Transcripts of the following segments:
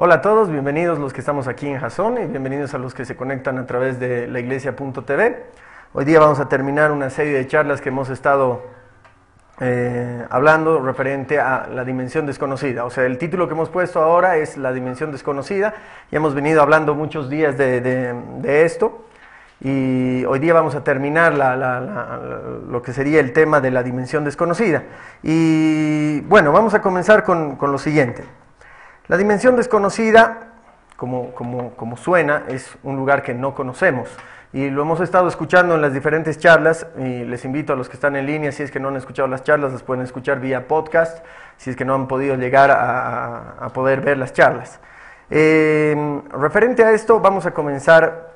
Hola a todos, bienvenidos los que estamos aquí en Jason y bienvenidos a los que se conectan a través de laiglesia.tv. Hoy día vamos a terminar una serie de charlas que hemos estado hablando referente a la dimensión desconocida. O sea, el título que hemos puesto ahora es la dimensión desconocida y hemos venido hablando muchos días de esto. Y hoy día vamos a terminar lo que sería el tema de la dimensión desconocida. Y bueno, vamos a comenzar con lo siguiente. La dimensión desconocida, como suena, es un lugar que no conocemos. Y lo hemos estado escuchando en las diferentes charlas, y les invito a los que están en línea, si es que no han escuchado las charlas, las pueden escuchar vía podcast, si es que no han podido llegar a poder ver las charlas. Referente a esto, vamos a comenzar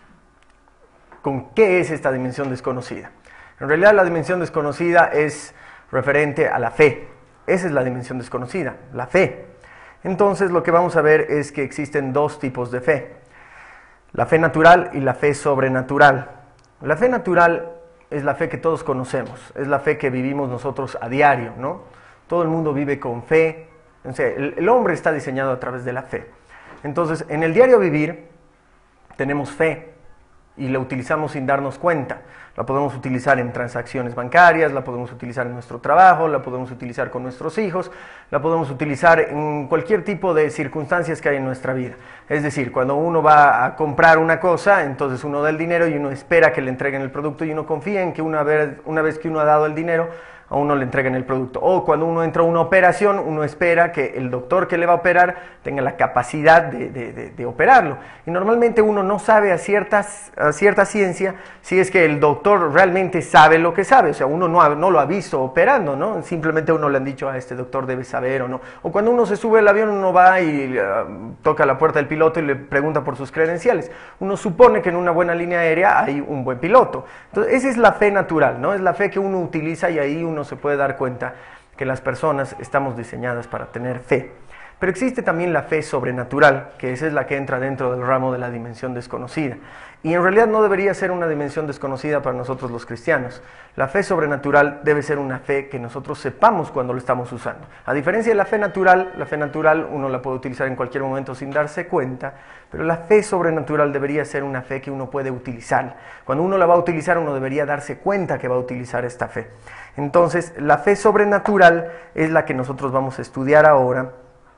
con qué es esta dimensión desconocida. En realidad la dimensión desconocida es referente a la fe. Esa es la dimensión desconocida, la fe. Entonces lo que vamos a ver es que existen dos tipos de fe. La fe natural y la fe sobrenatural. La fe natural es la fe que todos conocemos, es la fe que vivimos nosotros a diario, ¿no? Todo el mundo vive con fe, o sea, el hombre está diseñado a través de la fe. Entonces, en el diario vivir tenemos fe y la utilizamos sin darnos cuenta. La podemos utilizar en transacciones bancarias, la podemos utilizar en nuestro trabajo, la podemos utilizar con nuestros hijos, la podemos utilizar en cualquier tipo de circunstancias que hay en nuestra vida. Es decir, cuando uno va a comprar una cosa, entonces uno da el dinero y uno espera que le entreguen el producto y uno confía en que una vez que uno ha dado el dinero, a uno le entreguen el producto. O cuando uno entra a una operación, uno espera que el doctor que le va a operar tenga la capacidad de operarlo. Y normalmente uno no sabe a cierta ciencia si es que el doctor realmente sabe lo que sabe. O sea, uno no lo ha visto operando, ¿no? Simplemente a uno le han dicho, este doctor debe saber o no. O cuando uno se sube al avión, uno va y toca la puerta del piloto y le pregunta por sus credenciales. Uno supone que en una buena línea aérea hay un buen piloto. Entonces, esa es la fe natural, ¿no? Es la fe que uno utiliza y ahí uno se puede dar cuenta que las personas estamos diseñadas para tener fe. Pero existe también la fe sobrenatural, que esa es la que entra dentro del ramo de la dimensión desconocida. Y en realidad no debería ser una dimensión desconocida para nosotros los cristianos. La fe sobrenatural debe ser una fe que nosotros sepamos cuando lo estamos usando. A diferencia de la fe natural uno la puede utilizar en cualquier momento sin darse cuenta, pero la fe sobrenatural debería ser una fe que uno puede utilizar. Cuando uno la va a utilizar, uno debería darse cuenta que va a utilizar esta fe. Entonces, la fe sobrenatural es la que nosotros vamos a estudiar ahora.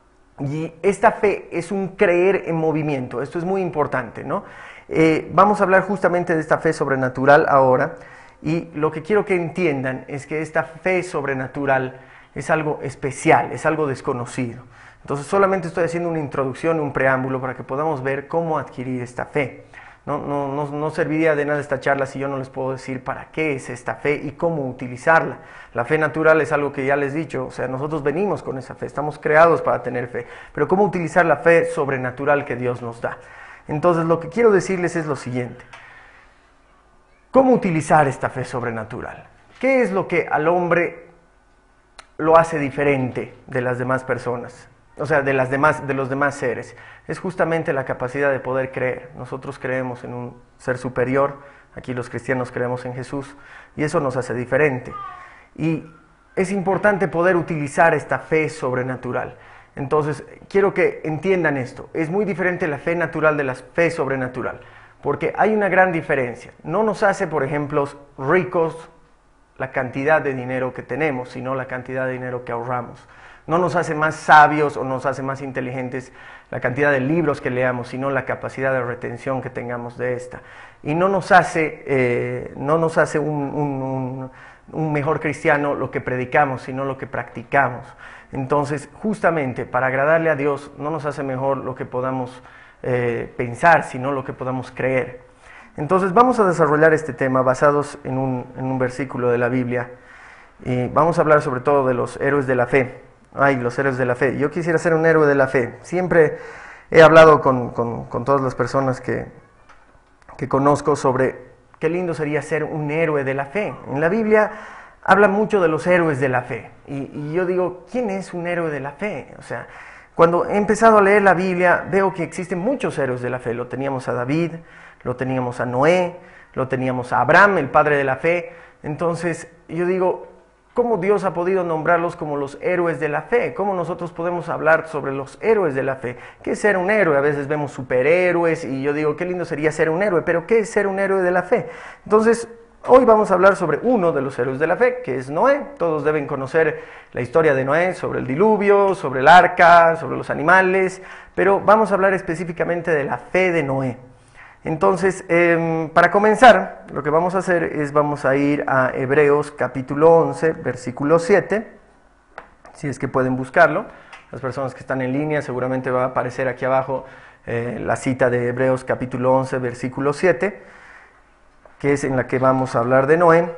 Y esta fe es un creer en movimiento. Esto es muy importante, ¿no? Vamos a hablar justamente de esta fe sobrenatural ahora. Y lo que quiero que entiendan es que esta fe sobrenatural es algo especial, es algo desconocido. Entonces solamente estoy haciendo una introducción, un preámbulo para que podamos ver cómo adquirir esta fe. No serviría de nada esta charla si yo no les puedo decir para qué es esta fe y cómo utilizarla. La fe natural es algo que ya les he dicho, o sea, nosotros venimos con esa fe, estamos creados para tener fe, pero cómo utilizar la fe sobrenatural que Dios nos da. Entonces lo que quiero decirles es lo siguiente: ¿cómo utilizar esta fe sobrenatural? ¿Qué es lo que al hombre lo hace diferente de las demás personas? O sea, de los demás seres. Es justamente la capacidad de poder creer. Nosotros creemos en un ser superior, aquí los cristianos creemos en Jesús, y eso nos hace diferente. Y es importante poder utilizar esta fe sobrenatural. Entonces, quiero que entiendan esto. Es muy diferente la fe natural de la fe sobrenatural, porque hay una gran diferencia. No nos hace, por ejemplo, ricos la cantidad de dinero que tenemos, sino la cantidad de dinero que ahorramos. No nos hace más sabios o nos hace más inteligentes la cantidad de libros que leamos, sino la capacidad de retención que tengamos de esta. Y no nos hace un mejor cristiano lo que predicamos, sino lo que practicamos. Entonces, justamente para agradarle a Dios, no nos hace mejor lo que podamos pensar, sino lo que podamos creer. Entonces, vamos a desarrollar este tema basados en un versículo de la Biblia. Y vamos a hablar sobre todo de los héroes de la fe. Los héroes de la fe. Yo quisiera ser un héroe de la fe. Siempre he hablado con todas las personas que conozco sobre qué lindo sería ser un héroe de la fe. En la Biblia habla mucho de los héroes de la fe. Y yo digo, ¿quién es un héroe de la fe? O sea, cuando he empezado a leer la Biblia, veo que existen muchos héroes de la fe. Lo teníamos a David, lo teníamos a Noé, lo teníamos a Abraham, el padre de la fe. Entonces, yo digo, cómo Dios ha podido nombrarlos como los héroes de la fe. ¿Cómo nosotros podemos hablar sobre los héroes de la fe? ¿Qué es ser un héroe? A veces vemos superhéroes y yo digo, qué lindo sería ser un héroe, pero ¿qué es ser un héroe de la fe? Entonces, hoy vamos a hablar sobre uno de los héroes de la fe, que es Noé. Todos deben conocer la historia de Noé, sobre el diluvio, sobre el arca, sobre los animales, pero vamos a hablar específicamente de la fe de Noé. Entonces, para comenzar, lo que vamos a hacer es, vamos a ir a Hebreos capítulo 11, versículo 7, si es que pueden buscarlo. Las personas que están en línea, seguramente va a aparecer aquí abajo la cita de Hebreos capítulo 11, versículo 7, que es en la que vamos a hablar de Noé,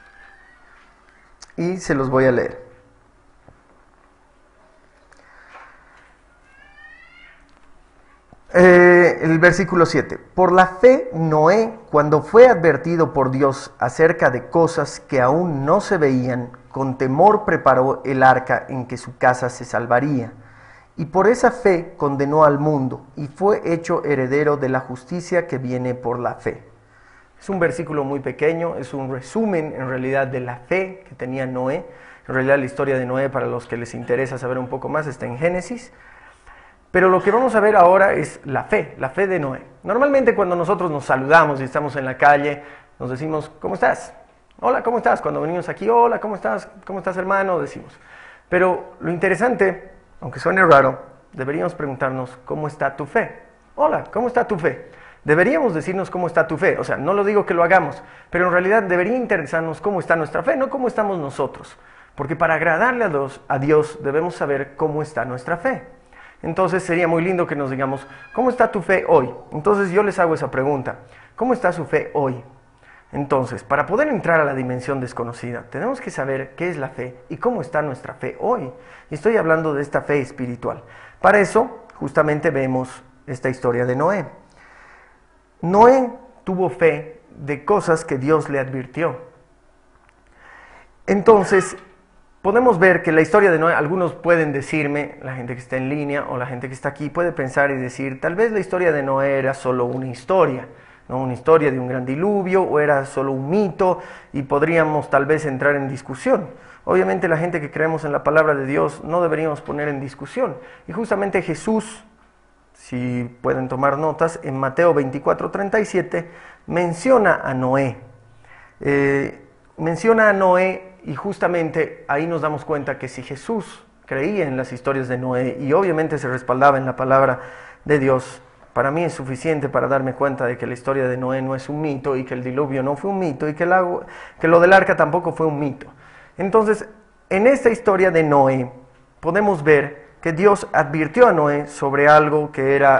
y se los voy a leer. El versículo 7. Por la fe, Noé, cuando fue advertido por Dios acerca de cosas que aún no se veían, con temor preparó el arca en que su casa se salvaría. Y por esa fe condenó al mundo, y fue hecho heredero de la justicia que viene por la fe. Es un versículo muy pequeño, es un resumen en realidad de la fe que tenía Noé. En realidad la historia de Noé, para los que les interesa saber un poco más, está en Génesis. Pero lo que vamos a ver ahora es la fe de Noé. Normalmente cuando nosotros nos saludamos y estamos en la calle, nos decimos, ¿cómo estás? Hola, ¿cómo estás? Cuando venimos aquí, hola, ¿cómo estás? ¿Cómo estás, hermano? Decimos. Pero lo interesante, aunque suene raro, deberíamos preguntarnos, ¿cómo está tu fe? Hola, ¿cómo está tu fe? Deberíamos decirnos cómo está tu fe. O sea, no lo digo que lo hagamos, pero en realidad debería interesarnos cómo está nuestra fe, no cómo estamos nosotros. Porque para agradarle a Dios debemos saber cómo está nuestra fe. Entonces sería muy lindo que nos digamos, ¿cómo está tu fe hoy? Entonces yo les hago esa pregunta, ¿cómo está su fe hoy? Entonces, para poder entrar a la dimensión desconocida, tenemos que saber qué es la fe y cómo está nuestra fe hoy. Y estoy hablando de esta fe espiritual. Para eso, justamente vemos esta historia de Noé. Noé tuvo fe de cosas que Dios le advirtió. Entonces, podemos ver que la historia de Noé, algunos pueden decirme, la gente que está en línea o la gente que está aquí puede pensar y decir, tal vez la historia de Noé era solo una historia, ¿no? Una historia de un gran diluvio, o era solo un mito, y podríamos tal vez entrar en discusión. Obviamente la gente que creemos en la palabra de Dios no deberíamos poner en discusión. Y justamente Jesús, si pueden tomar notas, en Mateo 24:37 menciona a Noé. Y justamente ahí nos damos cuenta que si Jesús creía en las historias de Noé y obviamente se respaldaba en la palabra de Dios, para mí es suficiente para darme cuenta de que la historia de Noé no es un mito y que el diluvio no fue un mito y que lo del arca tampoco fue un mito. Entonces, en esta historia de Noé podemos ver que Dios advirtió a Noé sobre algo que era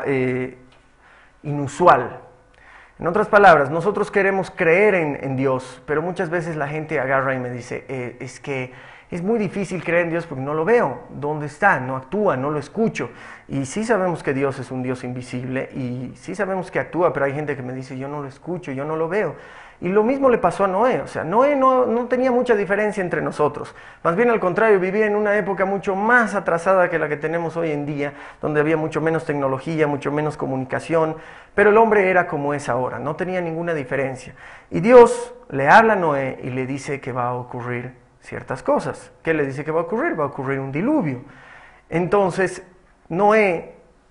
inusual. En otras palabras, nosotros queremos creer en Dios, pero muchas veces la gente agarra y me dice, es que es muy difícil creer en Dios porque no lo veo. ¿Dónde está? No actúa, no lo escucho. Y sí sabemos que Dios es un Dios invisible y sí sabemos que actúa, pero hay gente que me dice, yo no lo escucho, yo no lo veo. Y lo mismo le pasó a Noé. O sea, Noé no tenía mucha diferencia entre nosotros. Más bien al contrario, vivía en una época mucho más atrasada que la que tenemos hoy en día, donde había mucho menos tecnología, mucho menos comunicación, pero el hombre era como es ahora, no tenía ninguna diferencia. Y Dios le habla a Noé y le dice que va a ocurrir ciertas cosas. ¿Qué le dice que va a ocurrir? Va a ocurrir un diluvio. Entonces, Noé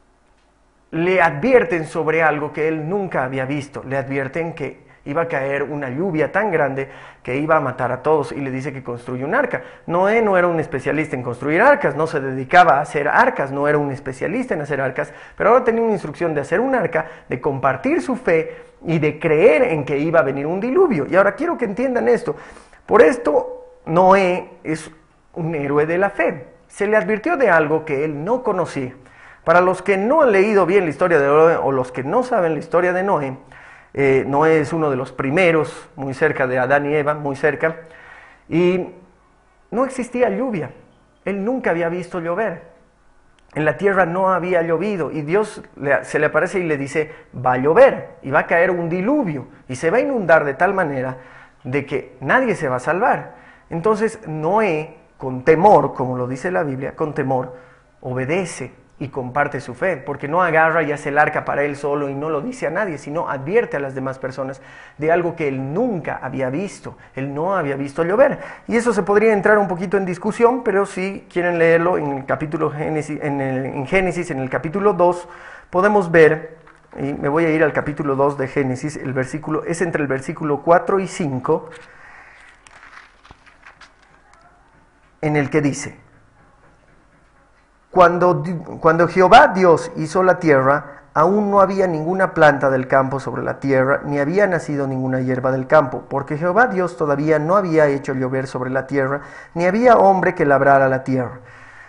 le advierten sobre algo que él nunca había visto. Le advierten que iba a caer una lluvia tan grande que iba a matar a todos y le dice que construye un arca. Noé no era un especialista en construir arcas, no se dedicaba a hacer arcas, no era un especialista en hacer arcas, pero ahora tenía una instrucción de hacer un arca, de compartir su fe y de creer en que iba a venir un diluvio. Y ahora quiero que entiendan esto. Por esto, Noé es un héroe de la fe. Se le advirtió de algo que él no conocía. Para los que no han leído bien la historia de Noé o los que no saben la historia de Noé, Noé es uno de los primeros, muy cerca de Adán y Eva, muy cerca, y no existía lluvia. Él nunca había visto llover. En la tierra no había llovido y Dios se le aparece y le dice, va a llover y va a caer un diluvio y se va a inundar de tal manera de que nadie se va a salvar. Entonces Noé, con temor, como lo dice la Biblia, con temor, obedece y comparte su fe, porque no agarra y hace el arca para él solo y no lo dice a nadie, sino advierte a las demás personas de algo que él nunca había visto. Él no había visto llover. Y eso se podría entrar un poquito en discusión, pero si quieren leerlo en el capítulo Génesis, en Génesis, en el capítulo 2, podemos ver, y me voy a ir al capítulo 2 de Génesis, el versículo, es entre el versículo 4 y 5, en el que dice: Cuando Jehová Dios hizo la tierra, aún no había ninguna planta del campo sobre la tierra, ni había nacido ninguna hierba del campo, porque Jehová Dios todavía no había hecho llover sobre la tierra, ni había hombre que labrara la tierra,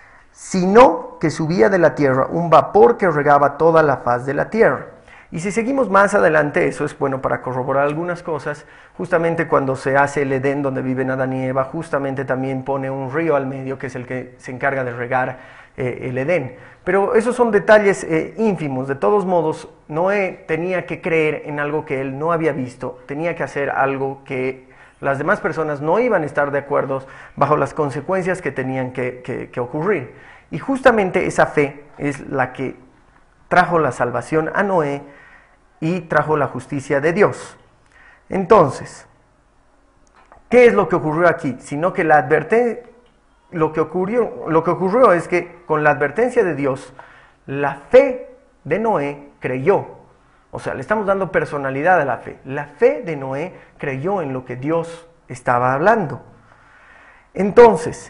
sino que subía de la tierra un vapor que regaba toda la faz de la tierra. Y si seguimos más adelante, eso es bueno para corroborar algunas cosas. Justamente cuando se hace el Edén donde viven Adán y Eva, justamente también pone un río al medio que es el que se encarga de regar el Edén. Pero esos son detalles ínfimos. De todos modos, Noé tenía que creer en algo que él no había visto, tenía que hacer algo que las demás personas no iban a estar de acuerdo bajo las consecuencias que tenían que ocurrir. Y justamente esa fe es la que trajo la salvación a Noé y trajo la justicia de Dios. Entonces, ¿qué es lo que ocurrió aquí? Sino que lo que ocurrió es que con la advertencia de Dios, la fe de Noé creyó. O sea, le estamos dando personalidad a la fe. La fe de Noé creyó en lo que Dios estaba hablando. Entonces,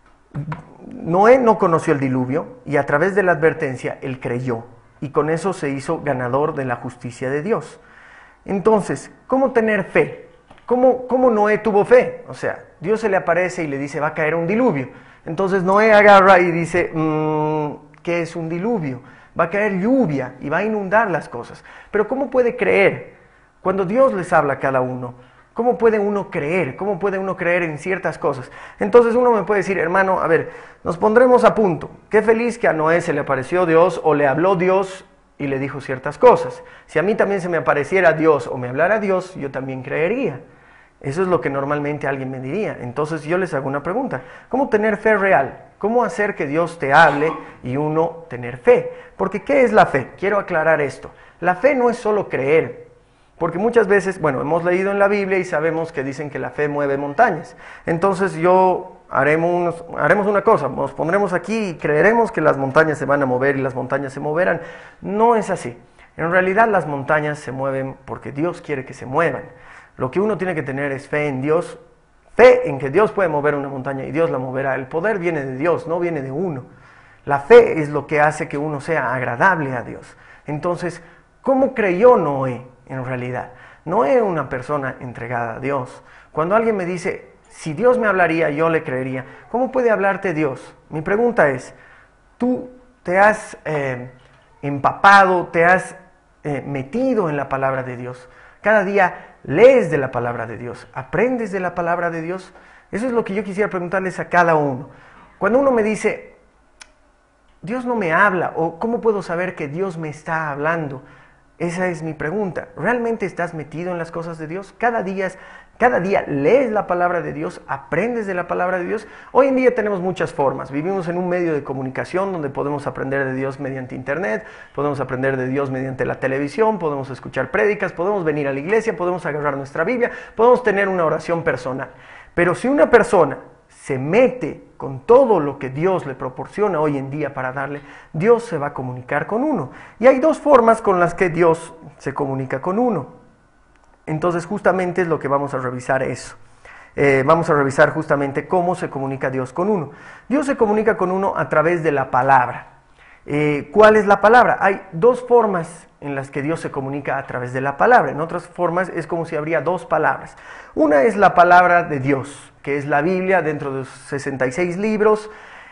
Noé no conoció el diluvio y a través de la advertencia él creyó. Y con eso se hizo ganador de la justicia de Dios. Entonces, ¿cómo tener fe? ¿Cómo Noé tuvo fe? O sea, Dios se le aparece y le dice, va a caer un diluvio. Entonces Noé agarra y dice, ¿qué es un diluvio? Va a caer lluvia y va a inundar las cosas. Pero ¿cómo puede creer cuando Dios les habla a cada uno? ¿Cómo puede uno creer? ¿Cómo puede uno creer en ciertas cosas? Entonces uno me puede decir, hermano, a ver, nos pondremos a punto. Qué feliz que a Noé se le apareció Dios o le habló Dios y le dijo ciertas cosas. Si a mí también se me apareciera Dios o me hablara Dios, yo también creería. Eso es lo que normalmente alguien me diría. Entonces yo les hago una pregunta. ¿Cómo tener fe real? ¿Cómo hacer que Dios te hable y uno tener fe? Porque ¿qué es la fe? Quiero aclarar esto. La fe no es solo creer. Porque muchas veces, bueno, hemos leído en la Biblia y sabemos que dicen que la fe mueve montañas. Entonces haremos una cosa, nos pondremos aquí y creeremos que las montañas se van a mover y las montañas se moverán. No es así. En realidad las montañas se mueven porque Dios quiere que se muevan. Lo que uno tiene que tener es fe en Dios, fe en que Dios puede mover una montaña y Dios la moverá. El poder viene de Dios, no viene de uno. La fe es lo que hace que uno sea agradable a Dios. Entonces, ¿cómo creyó Noé? En realidad, no era una persona entregada a Dios. Cuando alguien me dice, si Dios me hablaría, yo le creería, ¿cómo puede hablarte Dios? Mi pregunta es, ¿tú te has empapado, te has metido en la palabra de Dios? Cada día lees de la palabra de Dios, aprendes de la palabra de Dios. Eso es lo que yo quisiera preguntarles a cada uno. Cuando uno me dice, Dios no me habla, o ¿cómo puedo saber que Dios me está hablando? Esa es mi pregunta. ¿Realmente estás metido en las cosas de Dios? Cada día lees la palabra de Dios, aprendes de la palabra de Dios. Hoy en día tenemos muchas formas. Vivimos en un medio de comunicación donde podemos aprender de Dios mediante internet, podemos aprender de Dios mediante la televisión, podemos escuchar prédicas, podemos venir a la iglesia, podemos agarrar nuestra Biblia, podemos tener una oración personal. Pero si una persona se mete con todo lo que Dios le proporciona hoy en día para darle, Dios se va a comunicar con uno. Y hay dos formas con las que Dios se comunica con uno. Entonces justamente es lo que vamos a revisar eso. Vamos a revisar justamente cómo se comunica Dios con uno. Dios se comunica con uno a través de la palabra. ¿Cuál es la palabra? Hay dos formas en las que Dios se comunica a través de la palabra. En otras formas es como si habría dos palabras. Una es la palabra de Dios, que es la Biblia dentro de los 66 libros.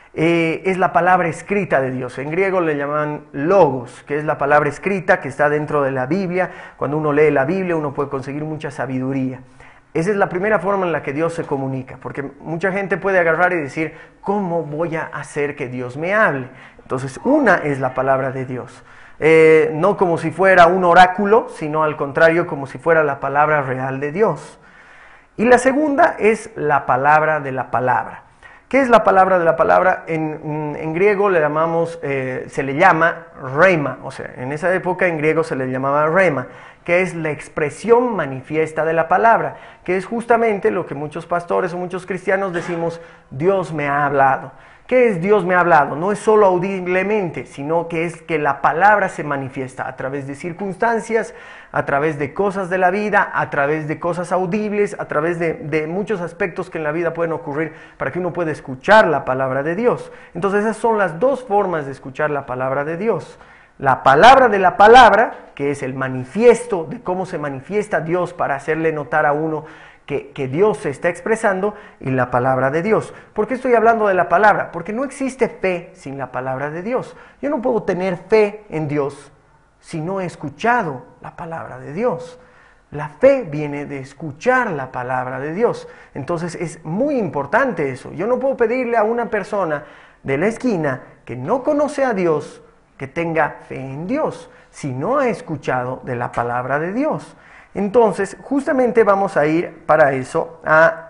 Es la palabra escrita de Dios. En griego le llaman logos, que es la palabra escrita que está dentro de la Biblia. Cuando uno lee la Biblia uno puede conseguir mucha sabiduría. Esa es la primera forma en la que Dios se comunica, porque mucha gente puede agarrar y decir, ¿cómo voy a hacer que Dios me hable? Entonces, una es la palabra de Dios. No como si fuera un oráculo, sino al contrario, como si fuera la palabra real de Dios. Y la segunda es la palabra de la palabra, ¿Qué es la palabra de la palabra? En griego se le llama rhema, o sea, en esa época en griego se le llamaba rhema, que es la expresión manifiesta de la palabra, que es justamente lo que muchos pastores o muchos cristianos decimos, Dios me ha hablado. ¿Qué es Dios me ha hablado? No es solo audiblemente, sino que es que la palabra se manifiesta a través de circunstancias, a través de cosas de la vida, a través de cosas audibles, a través de muchos aspectos que en la vida pueden ocurrir para que uno pueda escuchar la palabra de Dios. Entonces esas son las dos formas de escuchar la palabra de Dios. La palabra de la palabra, que es el manifiesto de cómo se manifiesta Dios para hacerle notar a uno que Dios se está expresando, y la palabra de Dios. ¿Por qué estoy hablando de la palabra? Porque no existe fe sin la palabra de Dios. Yo no puedo tener fe en Dios si no he escuchado la palabra de Dios. La fe viene de escuchar la palabra de Dios. Entonces es muy importante eso. Yo no puedo pedirle a una persona de la esquina que no conoce a Dios que tenga fe en Dios si no ha escuchado de la palabra de Dios. Entonces, justamente vamos a ir para eso a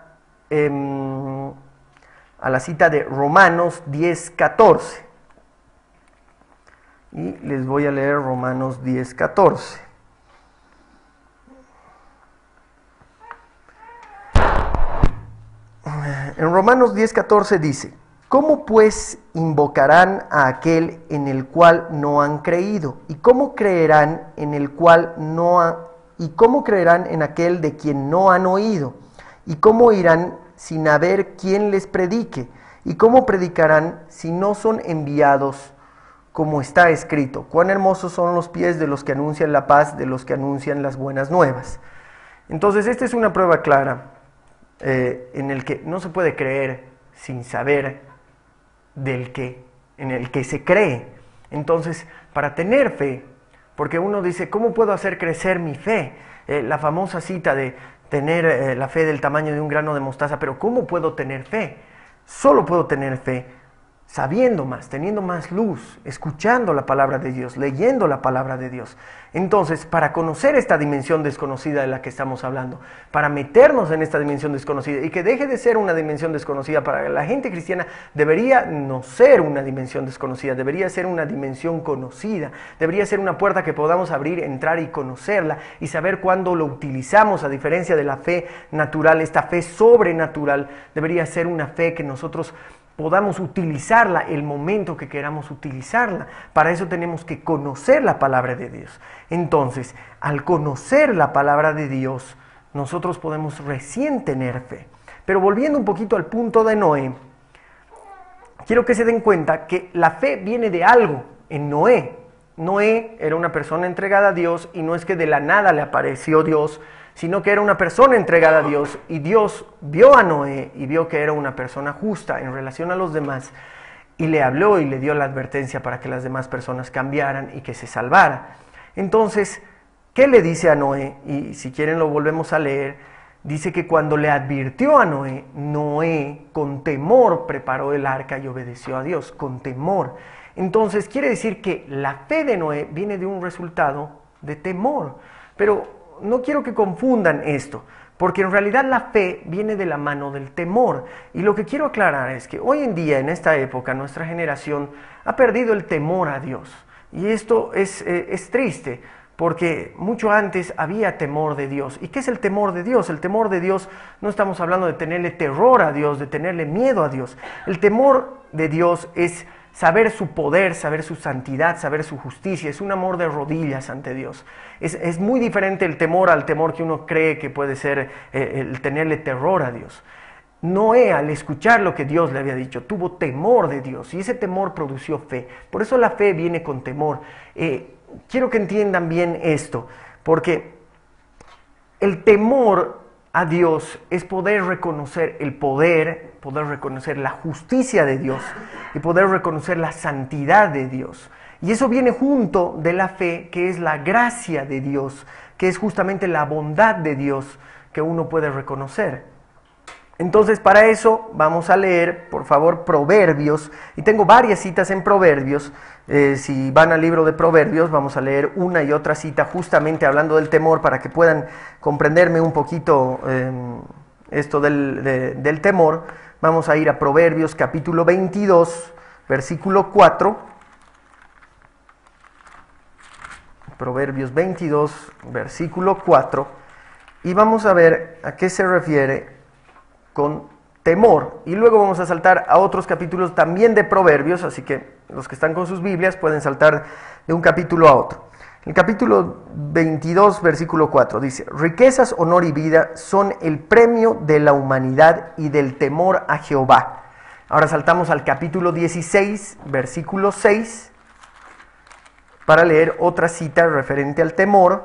la cita de Romanos 10:14. Y les voy a leer Romanos 10:14. En Romanos 10:14 dice: ¿Cómo pues invocarán a aquel en el cual no han creído? ¿Y cómo creerán en el cual ¿Y cómo creerán en aquel de quien no han oído? ¿Y cómo irán sin haber quien les predique? ¿Y cómo predicarán si no son enviados? Como está escrito: cuán hermosos son los pies de los que anuncian la paz, de los que anuncian las buenas nuevas. Entonces esta es una prueba clara en el que no se puede creer sin saber en el que se cree. Entonces, para tener fe, porque uno dice, ¿cómo puedo hacer crecer mi fe? La famosa cita de tener la fe del tamaño de un grano de mostaza, pero ¿cómo puedo tener fe? Solo puedo tener fe sabiendo más, teniendo más luz, escuchando la palabra de Dios, leyendo la palabra de Dios. Entonces, para conocer esta dimensión desconocida de la que estamos hablando, para meternos en esta dimensión desconocida y que deje de ser una dimensión desconocida para la gente cristiana, debería no ser una dimensión desconocida, debería ser una dimensión conocida, debería ser una puerta que podamos abrir, entrar y conocerla y saber cuándo lo utilizamos, a diferencia de la fe natural. Esta fe sobrenatural debería ser una fe que nosotros podamos utilizarla el momento que queramos utilizarla. Para eso tenemos que conocer la palabra de Dios. Entonces, al conocer la palabra de Dios, nosotros podemos recién tener fe. Pero volviendo un poquito al punto de Noé, quiero que se den cuenta que la fe viene de algo en Noé. Noé era una persona entregada a Dios, y no es que de la nada le apareció Dios, sino que era una persona entregada a Dios, y Dios vio a Noé y vio que era una persona justa en relación a los demás, y le habló y le dio la advertencia para que las demás personas cambiaran y que se salvara. Entonces, ¿qué le dice a Noé? Y si quieren lo volvemos a leer. Dice que cuando le advirtió a Noé, Noé con temor preparó el arca y obedeció a Dios, con temor. Entonces quiere decir que la fe de Noé viene de un resultado de temor. Pero no quiero que confundan esto, porque en realidad la fe viene de la mano del temor. Y lo que quiero aclarar es que hoy en día, en esta época, nuestra generación ha perdido el temor a Dios. Y esto es triste, porque mucho antes había temor de Dios. ¿Y qué es el temor de Dios? El temor de Dios, no estamos hablando de tenerle terror a Dios, de tenerle miedo a Dios. El temor de Dios es saber su poder, saber su santidad, saber su justicia. Es un amor de rodillas ante Dios. Es muy diferente el temor al temor que uno cree que puede ser el tenerle terror a Dios. Noé, al escuchar lo que Dios le había dicho, tuvo temor de Dios, y ese temor produció fe. Por eso la fe viene con temor. Quiero que entiendan bien esto, porque el temor a Dios es poder reconocer el poder reconocer la justicia de Dios y poder reconocer la santidad de Dios. Y eso viene junto de la fe, que es la gracia de Dios, que es justamente la bondad de Dios que uno puede reconocer. Entonces, para eso vamos a leer, por favor, Proverbios, y tengo varias citas en Proverbios. Si van al libro de Proverbios, vamos a leer una y otra cita justamente hablando del temor, para que puedan comprenderme un poquito esto del temor. Vamos a ir a Proverbios capítulo 22, versículo 4. Proverbios 22, versículo 4. Y vamos a ver a qué se refiere con temor. Y luego vamos a saltar a otros capítulos también de Proverbios, así que los que están con sus Biblias pueden saltar de un capítulo a otro. El capítulo 22, versículo 4 dice: riquezas, honor y vida son el premio de la humanidad y del temor a Jehová. Ahora saltamos al capítulo 16, versículo 6, para leer otra cita referente al temor,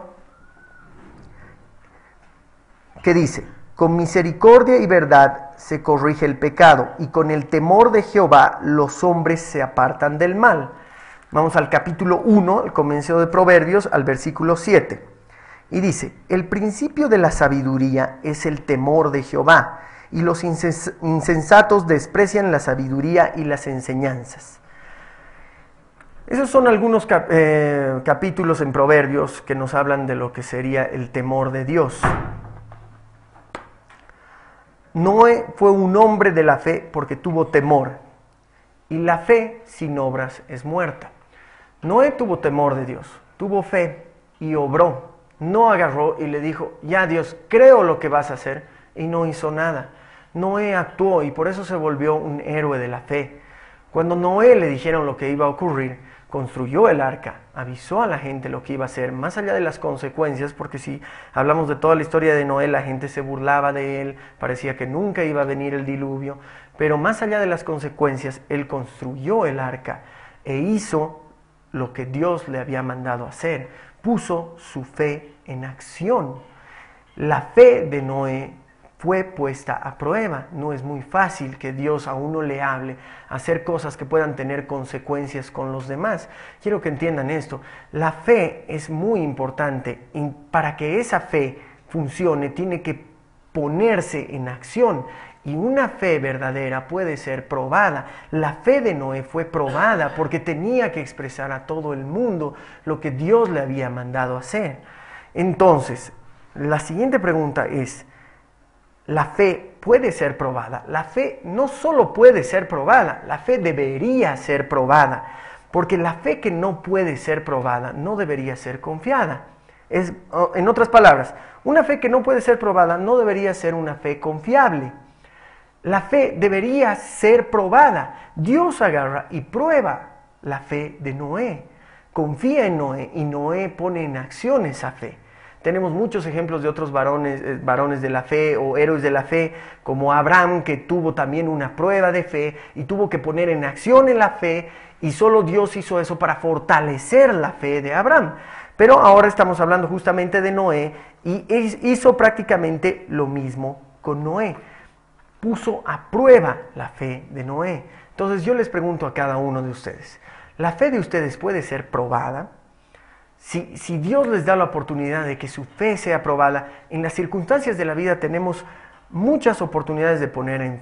que dice: con misericordia y verdad se corrige el pecado, y con el temor de Jehová los hombres se apartan del mal. Vamos al capítulo 1, el comienzo de Proverbios, al versículo 7. Y dice: el principio de la sabiduría es el temor de Jehová, y los insensatos desprecian la sabiduría y las enseñanzas. Esos son algunos capítulos en Proverbios que nos hablan de lo que sería el temor de Dios. Noé fue un hombre de la fe porque tuvo temor, y la fe sin obras es muerta. Noé tuvo temor de Dios, tuvo fe y obró. No agarró y le dijo: ya Dios, creo lo que vas a hacer, y no hizo nada. Noé actuó y por eso se volvió un héroe de la fe. Cuando Noé le dijeron lo que iba a ocurrir, construyó el arca, avisó a la gente lo que iba a hacer, más allá de las consecuencias, porque si hablamos de toda la historia de Noé, la gente se burlaba de él, parecía que nunca iba a venir el diluvio, pero más allá de las consecuencias, él construyó el arca e hizo lo que Dios le había mandado hacer, puso su fe en acción. La fe de Noé fue puesta a prueba. No es muy fácil que Dios a uno le hable, hacer cosas que puedan tener consecuencias con los demás. Quiero que entiendan esto. La fe es muy importante y para que esa fe funcione tiene que ponerse en acción. Y una fe verdadera puede ser probada. La fe de Noé fue probada porque tenía que expresar a todo el mundo lo que Dios le había mandado hacer. Entonces, la siguiente pregunta es: ¿la fe puede ser probada? La fe no solo puede ser probada, la fe debería ser probada, porque la fe que no puede ser probada no debería ser confiada. En otras palabras, una fe que no puede ser probada no debería ser una fe confiable. La fe debería ser probada. Dios agarra y prueba la fe de Noé. Confía en Noé y Noé pone en acción esa fe. Tenemos muchos ejemplos de otros varones de la fe o héroes de la fe, como Abraham, que tuvo también una prueba de fe y tuvo que poner en acción en la fe, y solo Dios hizo eso para fortalecer la fe de Abraham. Pero ahora estamos hablando justamente de Noé, y hizo prácticamente lo mismo con Noé. Puso a prueba la fe de Noé. Entonces yo les pregunto a cada uno de ustedes: ¿la fe de ustedes puede ser probada? Si Dios les da la oportunidad de que su fe sea probada, en las circunstancias de la vida tenemos muchas oportunidades de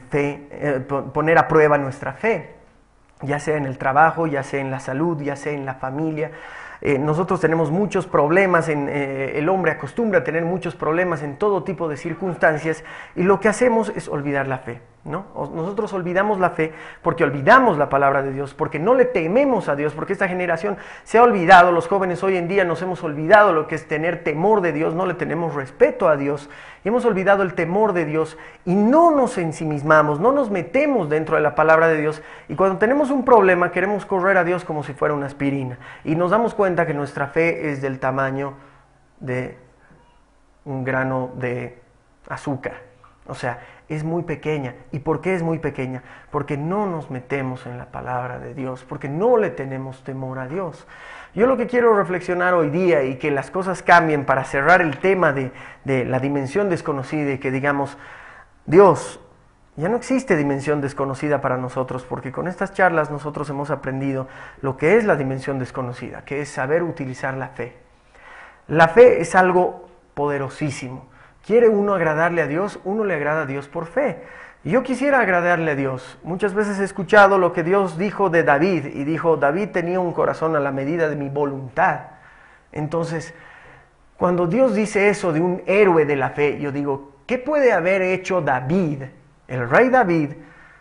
poner a prueba nuestra fe, ya sea en el trabajo, ya sea en la salud, ya sea en la familia. Nosotros tenemos muchos problemas, el hombre acostumbra a tener muchos problemas en todo tipo de circunstancias, y lo que hacemos es olvidar la fe, ¿no? Nosotros olvidamos la fe porque olvidamos la palabra de Dios, porque no le tememos a Dios, porque esta generación se ha olvidado, los jóvenes hoy en día nos hemos olvidado lo que es tener temor de Dios, no le tenemos respeto a Dios, y hemos olvidado el temor de Dios, y no nos ensimismamos, no nos metemos dentro de la palabra de Dios, y cuando tenemos un problema queremos correr a Dios como si fuera una aspirina, y nos damos cuenta que nuestra fe es del tamaño de un grano de azúcar. O sea, es muy pequeña. ¿Y por qué es muy pequeña? Porque no nos metemos en la palabra de Dios, porque no le tenemos temor a Dios. Yo lo que quiero reflexionar hoy día, y que las cosas cambien para cerrar el tema de la dimensión desconocida, y que digamos: Dios, ya no existe dimensión desconocida para nosotros, porque con estas charlas nosotros hemos aprendido lo que es la dimensión desconocida, que es saber utilizar la fe. La fe es algo poderosísimo. ¿Quiere uno agradarle a Dios? Uno le agrada a Dios por fe. Y yo quisiera agradarle a Dios. Muchas veces he escuchado lo que Dios dijo de David, y dijo: David tenía un corazón a la medida de mi voluntad. Entonces, cuando Dios dice eso de un héroe de la fe, yo digo: ¿qué puede haber hecho David, el rey David,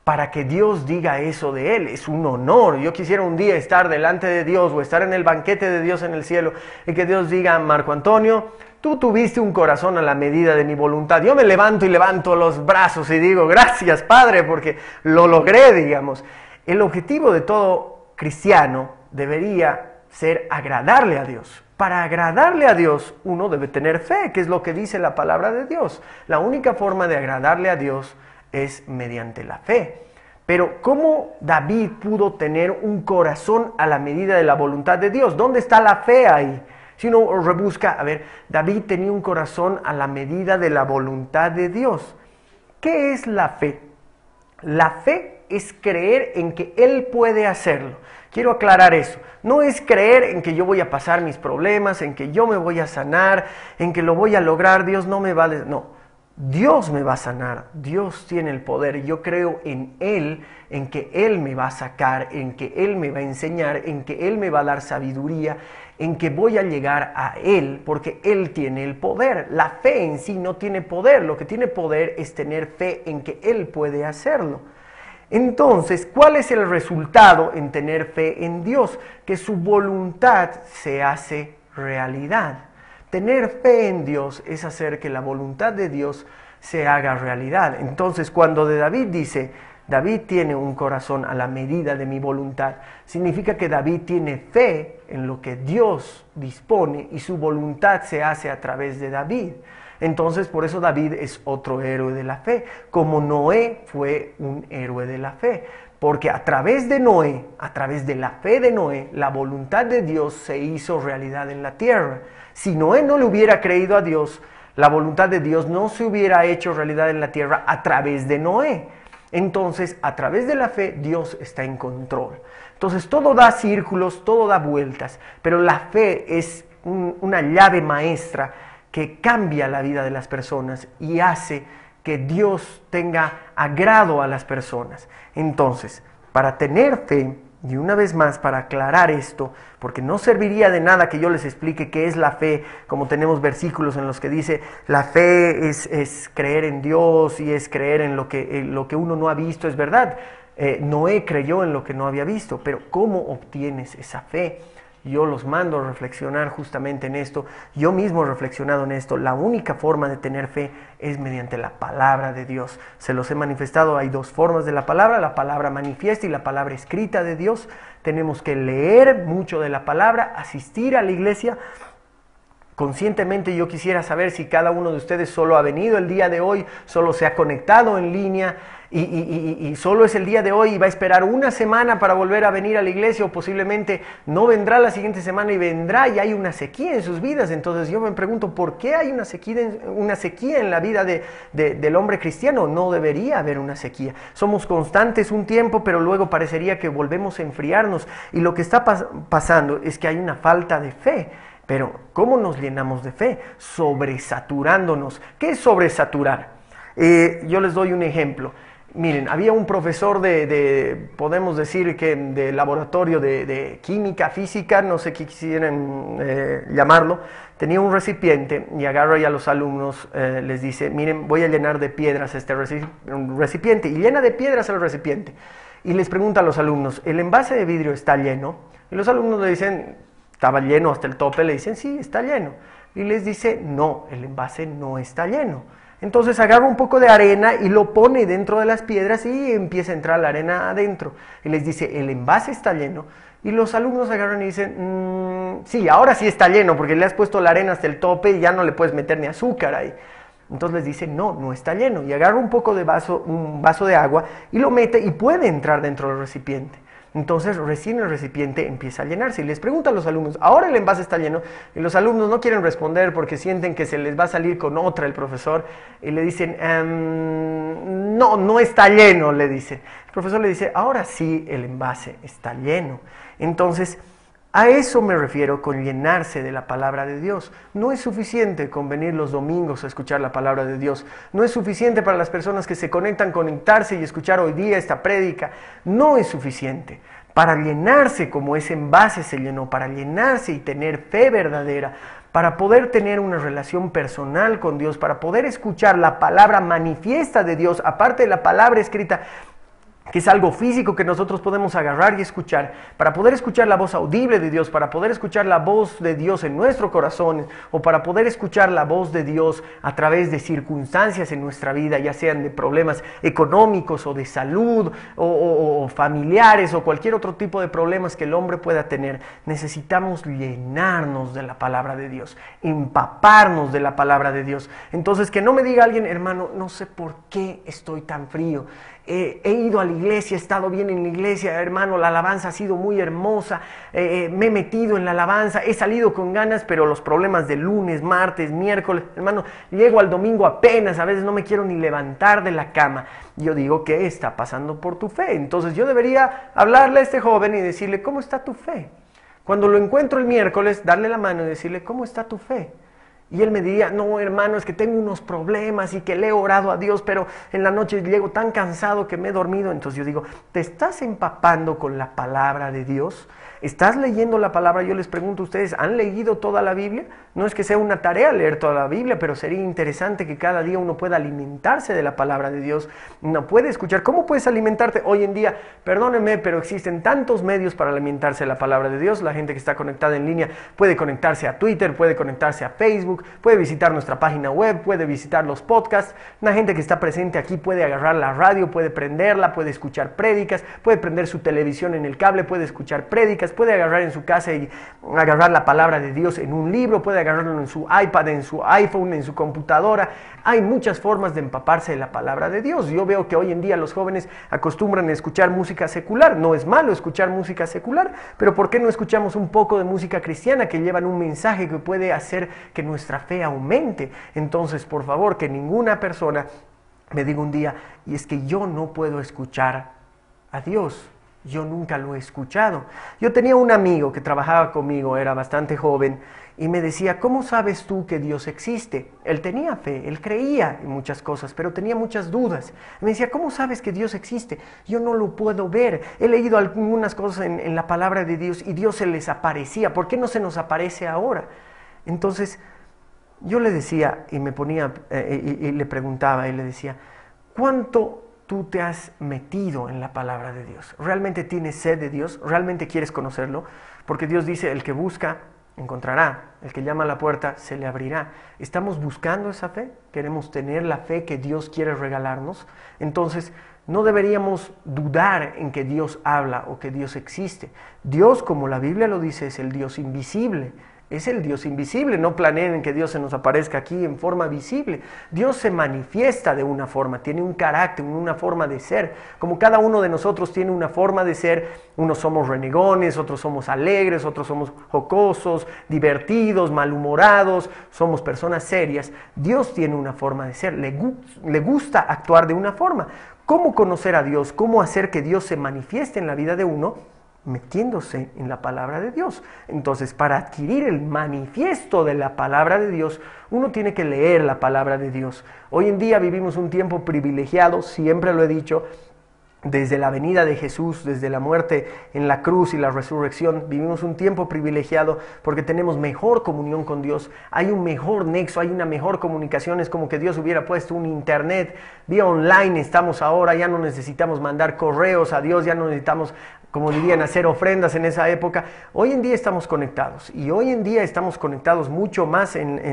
para que Dios diga eso de él. Es un honor. Yo quisiera un día estar delante de Dios o estar en el banquete de Dios en el cielo y que Dios diga: Marco Antonio, tú tuviste un corazón a la medida de mi voluntad. Yo me levanto y levanto los brazos y digo: gracias, Padre, porque lo logré, digamos. El objetivo de todo cristiano debería ser agradarle a Dios. Para agradarle a Dios, uno debe tener fe, que es lo que dice la palabra de Dios. La única forma de agradarle a Dios es mediante la fe. Pero ¿cómo David pudo tener un corazón a la medida de la voluntad de Dios? ¿Dónde está la fe ahí? Si uno rebusca, a ver, David tenía un corazón a la medida de la voluntad de Dios. ¿Qué es la fe? La fe es creer en que Él puede hacerlo. Quiero aclarar eso. No es creer en que yo voy a pasar mis problemas, en que yo me voy a sanar, en que lo voy a lograr, Dios no me va a... No. Dios me va a sanar, Dios tiene el poder, yo creo en Él, en que Él me va a sacar, en que Él me va a enseñar, en que Él me va a dar sabiduría, en que voy a llegar a Él, porque Él tiene el poder. La fe en sí no tiene poder, lo que tiene poder es tener fe en que Él puede hacerlo. Entonces, ¿cuál es el resultado en tener fe en Dios? Que su voluntad se hace realidad. Tener fe en Dios es hacer que la voluntad de Dios se haga realidad. Entonces, cuando de David dice, David tiene un corazón a la medida de mi voluntad, significa que David tiene fe en lo que Dios dispone y su voluntad se hace a través de David. Entonces, por eso David es otro héroe de la fe, como Noé fue un héroe de la fe. Porque a través de Noé, a través de la fe de Noé, la voluntad de Dios se hizo realidad en la tierra. Si Noé no le hubiera creído a Dios, la voluntad de Dios no se hubiera hecho realidad en la tierra a través de Noé. Entonces, a través de la fe, Dios está en control. Entonces, todo da círculos, todo da vueltas, pero la fe es una llave maestra que cambia la vida de las personas y hace que Dios tenga agrado a las personas. Entonces, para tener fe, y una vez más para aclarar esto, porque no serviría de nada que yo les explique qué es la fe, como tenemos versículos en los que dice la fe es creer en Dios y es creer en lo que uno no ha visto, es verdad. Noé creyó en lo que no había visto, pero ¿cómo obtienes esa fe? Yo los mando a reflexionar justamente en esto. Yo mismo he reflexionado en esto. La única forma de tener fe es mediante la palabra de Dios. Se los he manifestado. Hay dos formas de la palabra manifiesta y la palabra escrita de Dios. Tenemos que leer mucho de la palabra, asistir a la iglesia. Conscientemente yo quisiera saber si cada uno de ustedes solo ha venido el día de hoy, solo se ha conectado en línea y solo es el día de hoy y va a esperar una semana para volver a venir a la iglesia, o posiblemente no vendrá la siguiente semana y vendrá y hay una sequía en sus vidas. Entonces yo me pregunto, ¿por qué hay una sequía en la vida del hombre cristiano? No debería haber una sequía. Somos constantes un tiempo, pero luego parecería que volvemos a enfriarnos, y lo que está pasando es que hay una falta de fe. Pero, ¿cómo nos llenamos de fe? Sobresaturándonos. ¿Qué es sobresaturar? Yo les doy un ejemplo. Miren, había un profesor podemos decir que de laboratorio de química, física, no sé qué quisieran llamarlo. Tenía un recipiente y agarra y a los alumnos les dice, miren, voy a llenar de piedras este recipiente. Y llena de piedras el recipiente. Y les pregunta a los alumnos, ¿el envase de vidrio está lleno? Y los alumnos le dicen, estaba lleno hasta el tope. Le dicen, sí, está lleno. Y les dice, no, el envase no está lleno. Entonces agarra un poco de arena y lo pone dentro de las piedras y empieza a entrar la arena adentro. Y les dice, el envase está lleno. Y los alumnos agarran y dicen, sí, ahora sí está lleno, porque le has puesto la arena hasta el tope y ya no le puedes meter ni azúcar ahí. Entonces les dice, no, no está lleno. Y agarra un poco de un vaso de agua y lo mete y puede entrar dentro del recipiente. Entonces recién el recipiente empieza a llenarse y les pregunta a los alumnos, ¿ahora el envase está lleno? Y los alumnos no quieren responder porque sienten que se les va a salir con otra el profesor y le dicen, no, no está lleno, le dicen. El profesor le dice, ahora sí el envase está lleno. Entonces, a eso me refiero con llenarse de la palabra de Dios. No es suficiente con venir los domingos a escuchar la palabra de Dios. No es suficiente para las personas que se conectarse y escuchar hoy día esta prédica. No es suficiente. Para llenarse como ese envase se llenó, para llenarse y tener fe verdadera, para poder tener una relación personal con Dios, para poder escuchar la palabra manifiesta de Dios, aparte de la palabra escrita, que es algo físico que nosotros podemos agarrar y escuchar, para poder escuchar la voz audible de Dios, para poder escuchar la voz de Dios en nuestro corazón, o para poder escuchar la voz de Dios a través de circunstancias en nuestra vida, ya sean de problemas económicos o de salud o familiares o cualquier otro tipo de problemas que el hombre pueda tener. Necesitamos llenarnos de la palabra de Dios, empaparnos de la palabra de Dios. Entonces, que no me diga alguien, hermano, no sé por qué estoy tan frío. He ido a la iglesia, he estado bien en la iglesia, hermano, la alabanza ha sido muy hermosa, me he metido en la alabanza, he salido con ganas, pero los problemas de lunes, martes, miércoles, hermano, llego al domingo apenas, a veces no me quiero ni levantar de la cama. Yo digo, ¿qué está pasando por tu fe? Entonces yo debería hablarle a este joven y decirle, ¿cómo está tu fe? Cuando lo encuentro el miércoles, darle la mano y decirle, ¿cómo está tu fe? Y él me diría, no hermano, es que tengo unos problemas y que le he orado a Dios, pero en la noche llego tan cansado que me he dormido. Entonces yo digo, ¿te estás empapando con la palabra de Dios? ¿Estás leyendo la palabra? Yo les pregunto, ¿ustedes han leído toda la Biblia? No es que sea una tarea leer toda la Biblia, pero sería interesante que cada día uno pueda alimentarse de la palabra de Dios. Uno puede escuchar. ¿Cómo puedes alimentarte hoy en día? Perdónenme, pero existen tantos medios para alimentarse de la palabra de Dios. La gente que está conectada en línea puede conectarse a Twitter, puede conectarse a Facebook, puede visitar nuestra página web, puede visitar los podcasts. Una gente que está presente aquí puede agarrar la radio, puede prenderla, puede escuchar prédicas, puede prender su televisión en el cable, puede escuchar prédicas, puede agarrar en su casa y agarrar la palabra de Dios en un libro, puede agarrarlo en su iPad, en su iPhone, en su computadora. Hay muchas formas de empaparse de la palabra de Dios. Yo veo que hoy en día los jóvenes acostumbran a escuchar música secular. No es malo escuchar música secular, pero ¿por qué no escuchamos un poco de música cristiana que llevan un mensaje que puede hacer que nuestra fe aumente? Entonces, por favor, que ninguna persona me diga un día, y es que yo no puedo escuchar a Dios. Yo nunca lo he escuchado. Yo tenía un amigo que trabajaba conmigo, era bastante joven, y me decía, ¿cómo sabes tú que Dios existe? Él tenía fe, él creía en muchas cosas, pero tenía muchas dudas. Me decía, ¿cómo sabes que Dios existe? Yo no lo puedo ver. He leído algunas cosas en la palabra de Dios y Dios se les aparecía. ¿Por qué no se nos aparece ahora? Entonces, yo le decía y me ponía y le preguntaba y le decía, ¿cuánto tú te has metido en la palabra de Dios? ¿Realmente tienes sed de Dios? ¿Realmente quieres conocerlo? Porque Dios dice, el que busca, encontrará. El que llama a la puerta, se le abrirá. ¿Estamos buscando esa fe? ¿Queremos tener la fe que Dios quiere regalarnos? Entonces, no deberíamos dudar en que Dios habla o que Dios existe. Dios, como la Biblia lo dice, es el Dios invisible. Es el Dios invisible. No planeen en que Dios se nos aparezca aquí en forma visible. Dios se manifiesta de una forma, tiene un carácter, una forma de ser. Como cada uno de nosotros tiene una forma de ser, unos somos renegones, otros somos alegres, otros somos jocosos, divertidos, malhumorados, somos personas serias. Dios tiene una forma de ser, le gusta actuar de una forma. ¿Cómo conocer a Dios? ¿Cómo hacer que Dios se manifieste en la vida de uno? Metiéndose en la palabra de Dios. Entonces, para adquirir el manifiesto de la palabra de Dios, uno tiene que leer la palabra de Dios. Hoy en día vivimos un tiempo privilegiado, siempre lo he dicho, desde la venida de Jesús, desde la muerte en la cruz y la resurrección, vivimos un tiempo privilegiado porque tenemos mejor comunión con Dios, hay un mejor nexo, hay una mejor comunicación, es como que Dios hubiera puesto un internet, vía online estamos ahora, ya no necesitamos mandar correos a Dios, ya no necesitamos, como dirían, hacer ofrendas en esa época. Hoy en día estamos conectados y hoy en día estamos conectados mucho más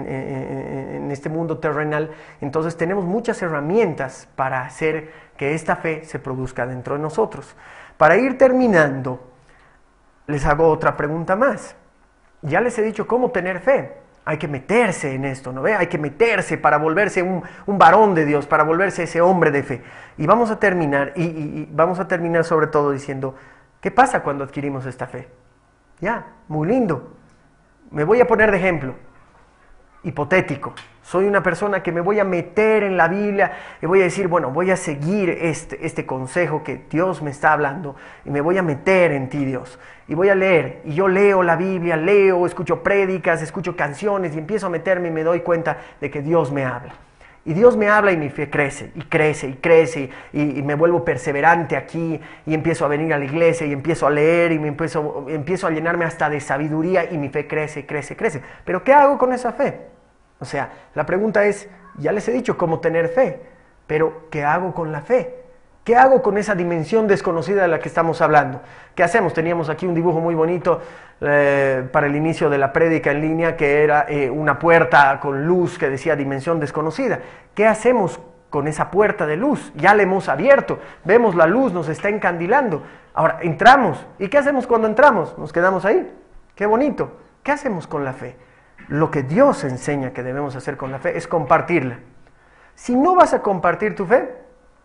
en este mundo terrenal, entonces tenemos muchas herramientas para hacer que esta fe se produzca dentro de nosotros. Para ir terminando, les hago otra pregunta más. Ya les he dicho cómo tener fe. Hay que meterse en esto, ¿no ve? Hay que meterse para volverse un varón de Dios, para volverse ese hombre de fe. Y vamos a terminar, y vamos a terminar sobre todo diciendo, ¿qué pasa cuando adquirimos esta fe? Ya, muy lindo. Me voy a poner de ejemplo. Hipotético. Soy una persona que me voy a meter en la Biblia y voy a decir, bueno, voy a seguir este consejo que Dios me está hablando y me voy a meter en ti, Dios. Y voy a leer, y yo leo la Biblia, leo, escucho prédicas, escucho canciones y empiezo a meterme y me doy cuenta de que Dios me habla. Y Dios me habla y mi fe crece, y crece, y crece, y me vuelvo perseverante aquí, y empiezo a venir a la iglesia, y empiezo a leer, y empiezo a llenarme hasta de sabiduría, y mi fe crece, crece, crece. ¿Pero qué hago con esa fe? O sea, la pregunta es, ya les he dicho cómo tener fe, pero ¿qué hago con la fe? ¿Qué hago con esa dimensión desconocida de la que estamos hablando? ¿Qué hacemos? Teníamos aquí un dibujo muy bonito para el inicio de la prédica en línea, que era una puerta con luz que decía dimensión desconocida. ¿Qué hacemos con esa puerta de luz? Ya la hemos abierto, vemos la luz, nos está encandilando. Ahora entramos. ¿Y qué hacemos cuando entramos? Nos quedamos ahí. ¡Qué bonito! ¿Qué hacemos con la fe? Lo que Dios enseña que debemos hacer con la fe es compartirla. Si no vas a compartir tu fe,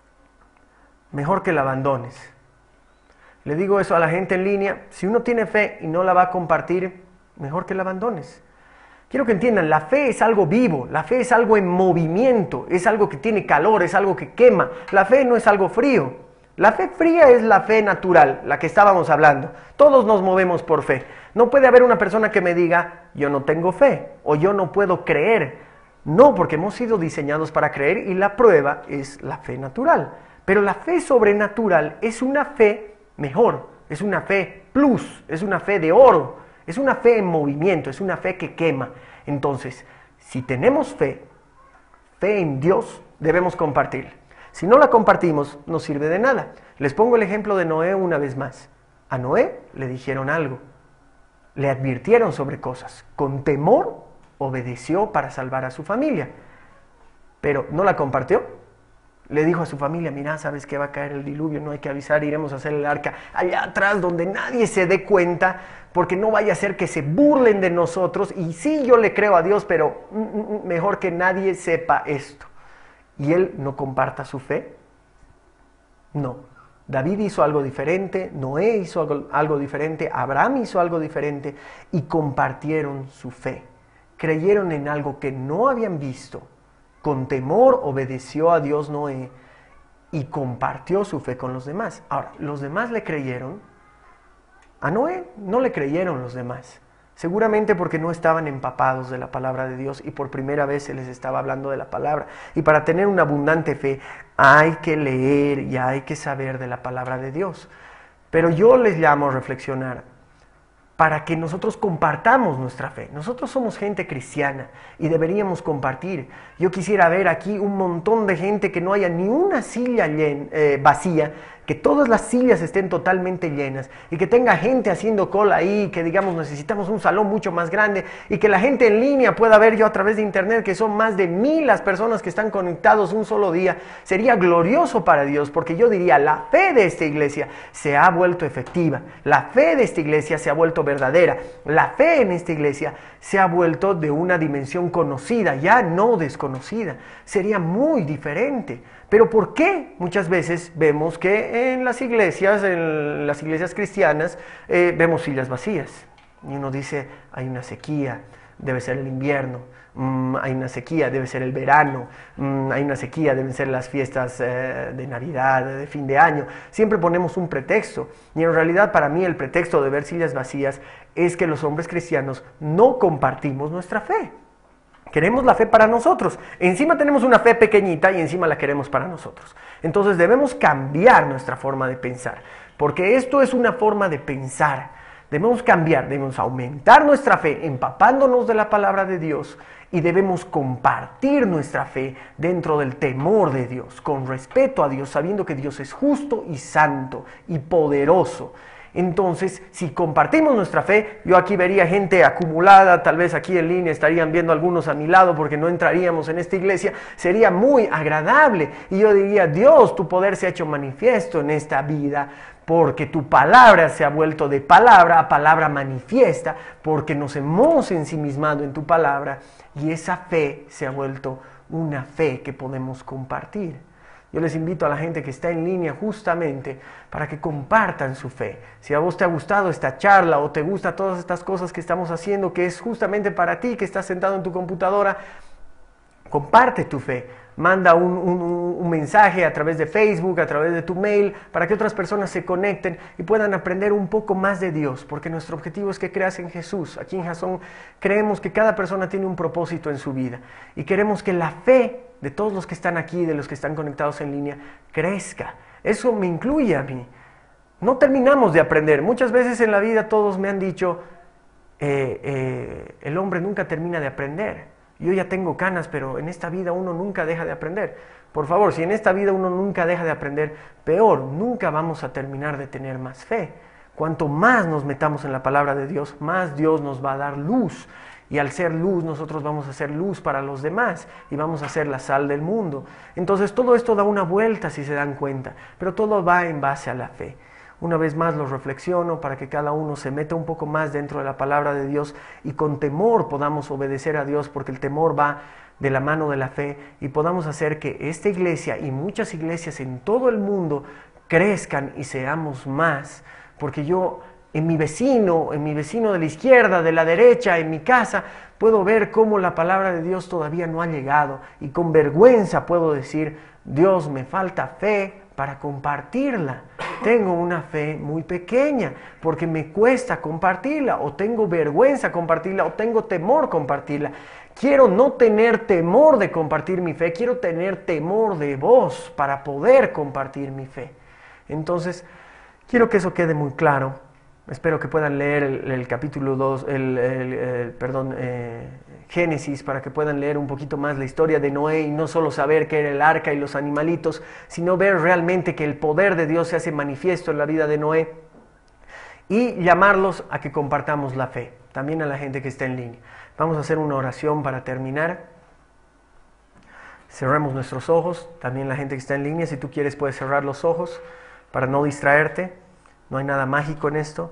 mejor que la abandones. Le digo eso a la gente en línea: si uno tiene fe y no la va a compartir, mejor que la abandones. Quiero que entiendan, la fe es algo vivo, la fe es algo en movimiento, es algo que tiene calor, es algo que quema. La fe no es algo frío. La fe fría es la fe natural, la que estábamos hablando. Todos nos movemos por fe. No puede haber una persona que me diga, yo no tengo fe, o yo no puedo creer. No, porque hemos sido diseñados para creer y la prueba es la fe natural. Pero la fe sobrenatural es una fe mejor, es una fe plus, es una fe de oro, es una fe en movimiento, es una fe que quema. Entonces, si tenemos fe en Dios, debemos compartirla. Si no la compartimos, no sirve de nada. Les pongo el ejemplo de Noé una vez más. A Noé le dijeron algo, le advirtieron sobre cosas. Con temor obedeció para salvar a su familia, pero no la compartió. Le dijo a su familia, mira, sabes que va a caer el diluvio, no hay que avisar, iremos a hacer el arca allá atrás donde nadie se dé cuenta, porque no vaya a ser que se burlen de nosotros. Y sí, yo le creo a Dios, pero mejor que nadie sepa esto. ¿Y él no comparta su fe? No. David hizo algo diferente, Noé hizo algo diferente, Abraham hizo algo diferente y compartieron su fe. Creyeron en algo que no habían visto. Con temor obedeció a Dios Noé y compartió su fe con los demás. Ahora, ¿los demás le creyeron? A Noé no le creyeron los demás. Seguramente porque no estaban empapados de la palabra de Dios y por primera vez se les estaba hablando de la palabra. Y para tener una abundante fe hay que leer y hay que saber de la palabra de Dios. Pero yo les llamo a reflexionar para que nosotros compartamos nuestra fe. Nosotros somos gente cristiana y deberíamos compartir. Yo quisiera ver aquí un montón de gente que no haya ni una silla vacía, que todas las sillas estén totalmente llenas y que tenga gente haciendo cola ahí, que digamos necesitamos un salón mucho más grande y que la gente en línea pueda ver yo a través de internet que son más de 1000 las personas que están conectados un solo día. Sería glorioso para Dios, porque yo diría, la fe de esta iglesia se ha vuelto efectiva, la fe de esta iglesia se ha vuelto verdadera, la fe en esta iglesia se ha vuelto de una dimensión conocida, ya no desconocida. Sería muy diferente. Pero ¿por qué muchas veces vemos que en las iglesias cristianas, vemos sillas vacías? Y uno dice, hay una sequía, debe ser el invierno, hay una sequía, debe ser el verano, hay una sequía, deben ser las fiestas de Navidad, de fin de año. Siempre ponemos un pretexto, y en realidad para mí el pretexto de ver sillas vacías es que los hombres cristianos no compartimos nuestra fe. Queremos la fe para nosotros. Encima tenemos una fe pequeñita y encima la queremos para nosotros. Entonces debemos cambiar nuestra forma de pensar, porque esto es una forma de pensar. Debemos cambiar, debemos aumentar nuestra fe empapándonos de la palabra de Dios y debemos compartir nuestra fe dentro del temor de Dios, con respeto a Dios, sabiendo que Dios es justo y santo y poderoso. Entonces, si compartimos nuestra fe, yo aquí vería gente acumulada, tal vez aquí en línea estarían viendo algunos a mi lado porque no entraríamos en esta iglesia, sería muy agradable. Y yo diría, Dios, tu poder se ha hecho manifiesto en esta vida, porque tu palabra se ha vuelto de palabra a palabra manifiesta, porque nos hemos ensimismado en tu palabra y esa fe se ha vuelto una fe que podemos compartir. Yo les invito a la gente que está en línea justamente para que compartan su fe. Si a vos te ha gustado esta charla o te gusta todas estas cosas que estamos haciendo, que es justamente para ti, que estás sentado en tu computadora, comparte tu fe. Manda un mensaje a través de Facebook, a través de tu mail, para que otras personas se conecten y puedan aprender un poco más de Dios, porque nuestro objetivo es que creas en Jesús. Aquí en Jasón creemos que cada persona tiene un propósito en su vida y queremos que la fe de todos los que están aquí, de los que están conectados en línea, crezca. Eso me incluye a mí. No terminamos de aprender. Muchas veces en la vida todos me han dicho, el hombre nunca termina de aprender. Yo ya tengo canas, pero en esta vida uno nunca deja de aprender. Por favor, si en esta vida uno nunca deja de aprender, peor, nunca vamos a terminar de tener más fe. Cuanto más nos metamos en la palabra de Dios, más Dios nos va a dar luz. Y al ser luz, nosotros vamos a ser luz para los demás y vamos a ser la sal del mundo. Entonces todo esto da una vuelta, si se dan cuenta, pero todo va en base a la fe. Una vez más lo reflexiono para que cada uno se meta un poco más dentro de la palabra de Dios y con temor podamos obedecer a Dios, porque el temor va de la mano de la fe, y podamos hacer que esta iglesia y muchas iglesias en todo el mundo crezcan y seamos más. Porque yo en mi vecino de la izquierda, de la derecha, en mi casa, puedo ver cómo la palabra de Dios todavía no ha llegado, y con vergüenza puedo decir: Dios, me falta fe para compartirla. Tengo una fe muy pequeña porque me cuesta compartirla, o tengo vergüenza compartirla, o tengo temor compartirla. Quiero no tener temor de compartir mi fe, quiero tener temor de vos para poder compartir mi fe. Entonces, quiero que eso quede muy claro. Espero que puedan leer el capítulo 2, Génesis, para que puedan leer un poquito más la historia de Noé y no solo saber qué era el arca y los animalitos, sino ver realmente que el poder de Dios se hace manifiesto en la vida de Noé, y llamarlos a que compartamos la fe, también a la gente que está en línea. Vamos a hacer una oración para terminar. Cerremos nuestros ojos, también la gente que está en línea, si tú quieres puedes cerrar los ojos para no distraerte. No hay nada mágico en esto.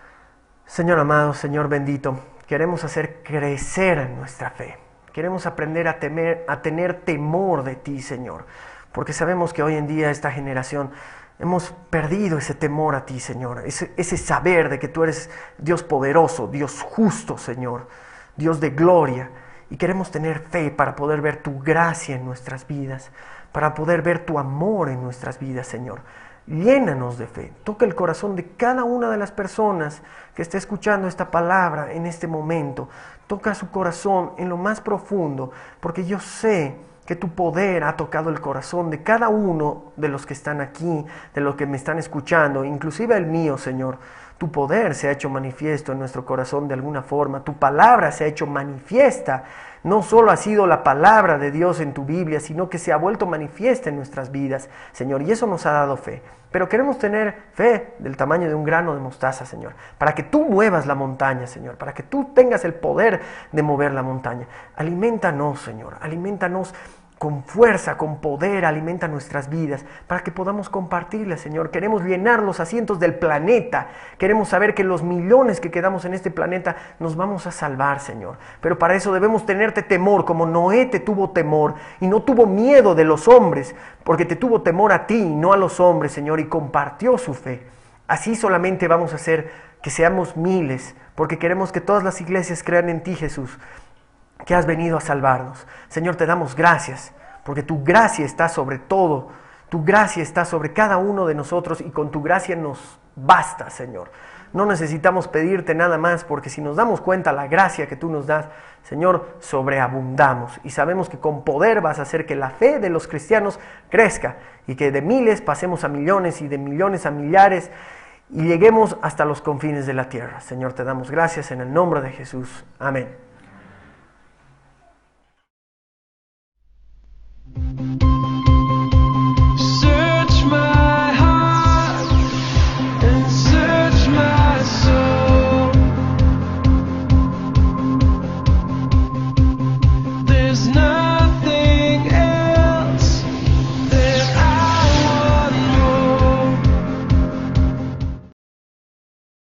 Señor amado, Señor bendito, queremos hacer crecer nuestra fe. Queremos aprender a tener temor de ti, Señor. Porque sabemos que hoy en día esta generación hemos perdido ese temor a ti, Señor. Ese saber de que tú eres Dios poderoso, Dios justo, Señor. Dios de gloria. Y queremos tener fe para poder ver tu gracia en nuestras vidas. Para poder ver tu amor en nuestras vidas, Señor. Llénanos de fe. Toca el corazón de cada una de las personas que esté escuchando esta palabra en este momento. Toca su corazón en lo más profundo, porque yo sé que tu poder ha tocado el corazón de cada uno de los que están aquí, de los que me están escuchando, inclusive el mío, Señor. Tu poder se ha hecho manifiesto en nuestro corazón de alguna forma. Tu palabra se ha hecho manifiesta. No solo ha sido la palabra de Dios en tu Biblia, sino que se ha vuelto manifiesta en nuestras vidas, Señor. Y eso nos ha dado fe. Pero queremos tener fe del tamaño de un grano de mostaza, Señor. Para que tú muevas la montaña, Señor. Para que tú tengas el poder de mover la montaña. Aliméntanos, Señor. Aliméntanos con fuerza, con poder, alimenta nuestras vidas para que podamos compartirlas, Señor. Queremos llenar los asientos del planeta. Queremos saber que los millones que quedamos en este planeta nos vamos a salvar, Señor. Pero para eso debemos tenerte temor, como Noé te tuvo temor y no tuvo miedo de los hombres, porque te tuvo temor a ti y no a los hombres, Señor, y compartió su fe. Así solamente vamos a hacer que seamos miles, porque queremos que todas las iglesias crean en ti, Jesús, que has venido a salvarnos. Señor, te damos gracias, porque tu gracia está sobre todo, tu gracia está sobre cada uno de nosotros, y con tu gracia nos basta, Señor. No necesitamos pedirte nada más, porque si nos damos cuenta la gracia que tú nos das, Señor, sobreabundamos, y sabemos que con poder vas a hacer que la fe de los cristianos crezca, y que de miles pasemos a millones, y de millones a millares, y lleguemos hasta los confines de la tierra. Señor, te damos gracias en el nombre de Jesús. Amén.